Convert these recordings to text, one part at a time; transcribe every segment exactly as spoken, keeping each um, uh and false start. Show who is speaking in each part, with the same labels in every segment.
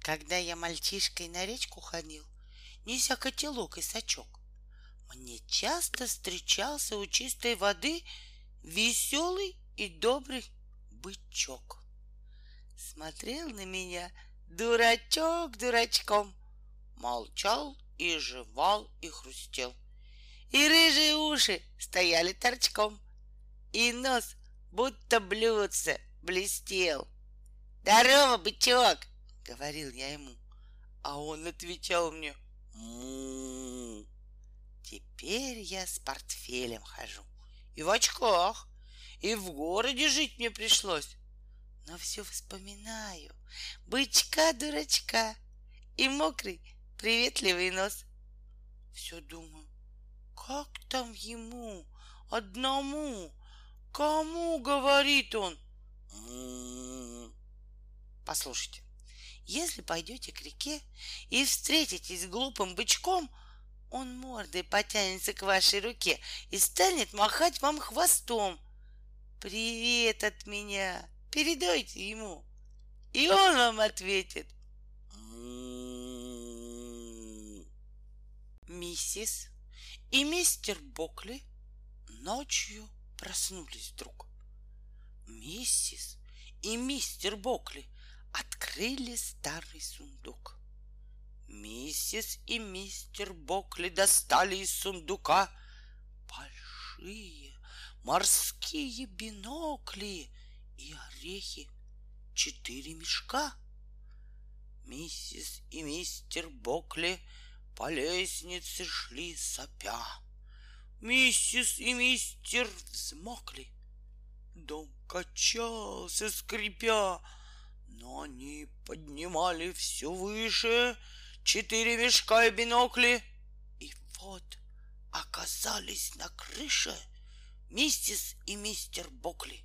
Speaker 1: Когда я мальчишкой на речку ходил, неся котелок и сачок, мне часто встречался у чистой воды веселый и добрый бычок. Смотрел на меня дурачок дурачком, молчал и жевал и хрустел, и рыжие уши стояли торчком, и нос будто блюдце блестел. «Здорово, бычок!» — говорил я ему, а он отвечал мне: «Му». Теперь я с портфелем хожу и в очках, и в городе жить мне пришлось. Но все вспоминаю бычка-дурачка и мокрый приветливый нос. Все думаю, как там ему одному, кому говорит он? Му. Послушайте, если пойдете к реке и встретитесь с глупым бычком, он мордой потянется к вашей руке и станет махать вам хвостом. Привет от меня передайте ему, и он вам ответит: му. Миссис и мистер Бокли ночью проснулись вдруг. Миссис и мистер Бокли открыли старый сундук. Миссис и мистер Бокли достали из сундука большие морские бинокли и орехи, четыре мешка. Миссис и мистер Бокли по лестнице шли сопя. Миссис и мистер взмокли. Дом качался, скрипя, но они поднимали все выше четыре мешка и бинокли, и вот оказались на крыше миссис и мистер Бокли.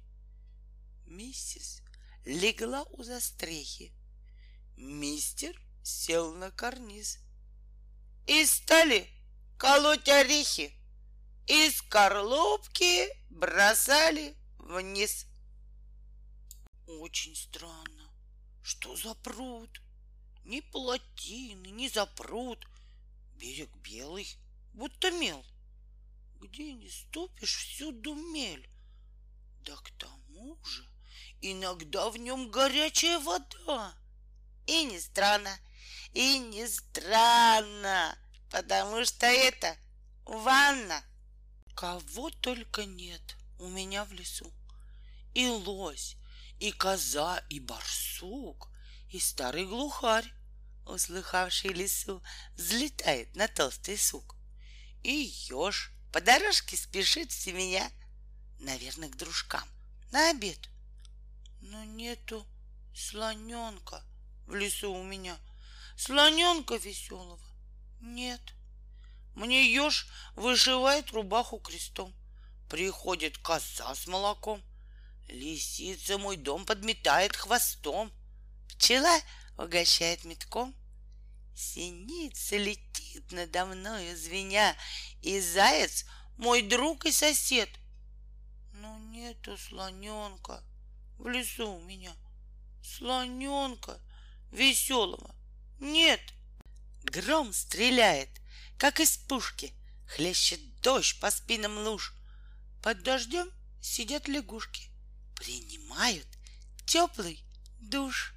Speaker 1: Миссис легла у застрехи, мистер сел на карниз, и стали колоть орехи, из скорлупки бросали вниз. Очень странно, что за пруд? Ни плотины, ни запруд. Берег белый, будто мел. Где не ступишь, всюду мель. Да к тому же иногда в нем горячая вода. И не странно, и не странно, потому что это ванна. Кого только нет у меня в лесу. И лось, и коза, и барсук, и старый глухарь, услыхавший лесу, взлетает на толстый сук. И еж по дорожке спешит в семеня, наверное, к дружкам на обед. Но нету слоненка в лесу у меня, слоненка веселого нет. Мне еж вышивает рубаху крестом, приходит коза с молоком, лисица мой дом подметает хвостом, пчела угощает метком, синица летит надо мною звеня, и заяц мой друг и сосед. Но нету слоненка в лесу у меня, слоненка веселого нет. Гром стреляет, как из пушки, хлещет дождь по спинам луж. Под дождем сидят лягушки, принимают теплый душ.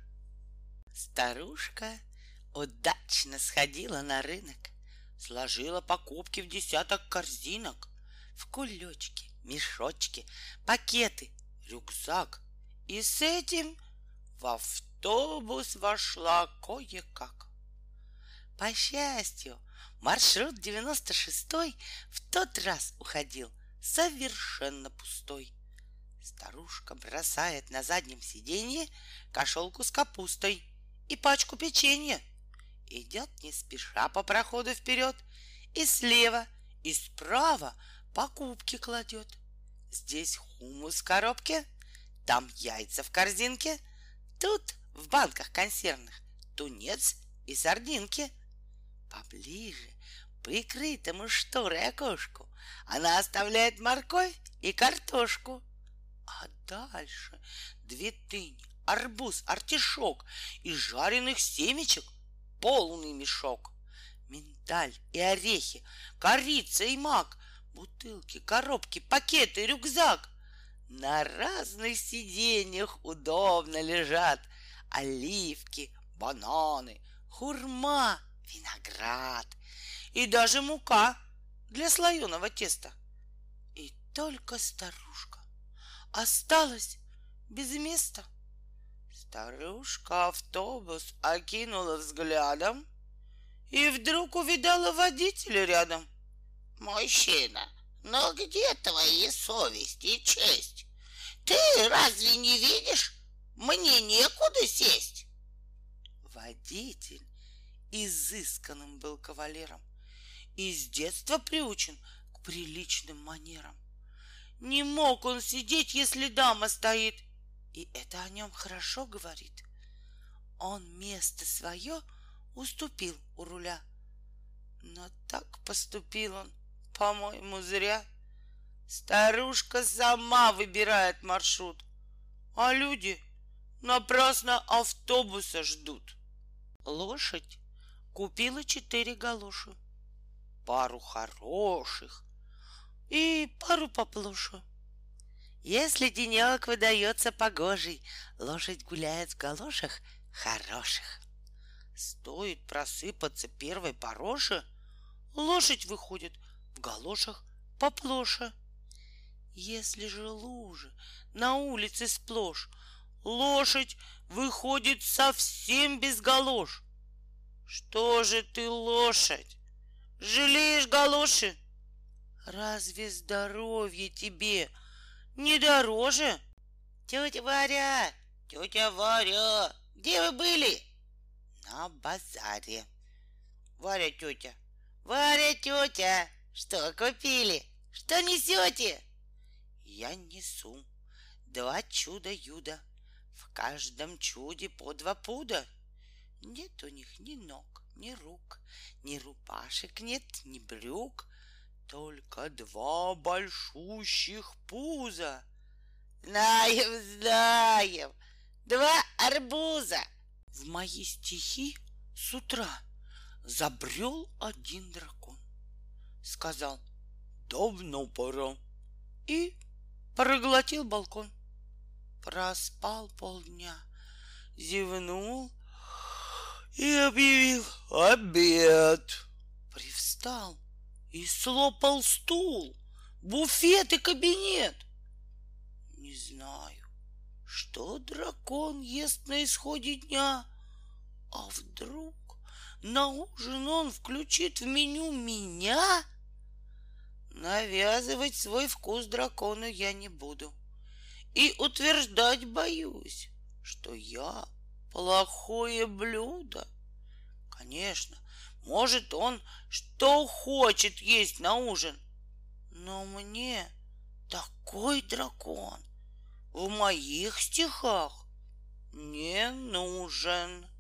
Speaker 1: Старушка удачно сходила на рынок, сложила покупки в десяток корзинок, в кулечки, мешочки, пакеты, рюкзак, и с этим в автобус вошла кое-как. По счастью, маршрут девяносто шестой в тот раз уходил совершенно пустой. Старушка бросает на заднем сиденье кошелку с капустой и пачку печенья, идет не спеша по проходу вперед, и слева, и справа покупки кладет. Здесь хумус в коробке, там яйца в корзинке, тут в банках консервных тунец и сардинки. Поближе, прикрытому шторой окошку, она оставляет морковь и картошку. А дальше две дыни, арбуз, артишок и жареных семечек полный мешок. Миндаль и орехи, корица и мак, бутылки, коробки, пакеты, рюкзак. На разных сиденьях удобно лежат оливки, бананы, хурма, виноград и даже мука для слоеного теста. И только старушка осталась без места. Старушка автобус окинула взглядом и вдруг увидала водителя рядом.
Speaker 2: Мужчина, но где твои совесть и честь? Ты разве не видишь? Мне некуда сесть.
Speaker 1: Водитель изысканным был кавалером и с детства приучен к приличным манерам. Не мог он сидеть, если дама стоит, и это о нем хорошо говорит. Он место свое уступил у руля, но так поступил он, по-моему, зря. Старушка сама выбирает маршрут, а люди напрасно автобуса ждут. Лошадь купила четыре галоши, пару хороших и пару поплоше. Если денек выдается погожий, лошадь гуляет в галошах хороших. Стоит просыпаться первой пороше, лошадь выходит в галошах поплоше. Если же лужи на улице сплошь, лошадь выходит совсем без галош. Что же ты, лошадь, жалеешь галоши? Разве здоровье тебе не дороже?
Speaker 2: Тетя Варя, тетя Варя, где вы были?
Speaker 1: На базаре.
Speaker 2: Варя тетя, Варя тетя, что купили? Что несете?
Speaker 1: Я несу два чуда-юда, в каждом чуде по два пуда. Нет у них ни ног, ни рук, ни рубашек нет, ни брюк, только два большущих пуза.
Speaker 2: Знаем, знаем, два арбуза.
Speaker 1: В мои стихи с утра забрел один дракон. Сказал: давно пора, и проглотил балкон. Проспал полдня, зевнул и объявил обед. Привстал и слопал стул, буфет и кабинет. Не знаю, что дракон ест на исходе дня, а вдруг на ужин он включит в меню меня? Навязывать свой вкус дракону я не буду и утверждать боюсь, что я плохое блюдо. Конечно, может, он что хочет есть на ужин, но мне такой дракон в моих стихах не нужен.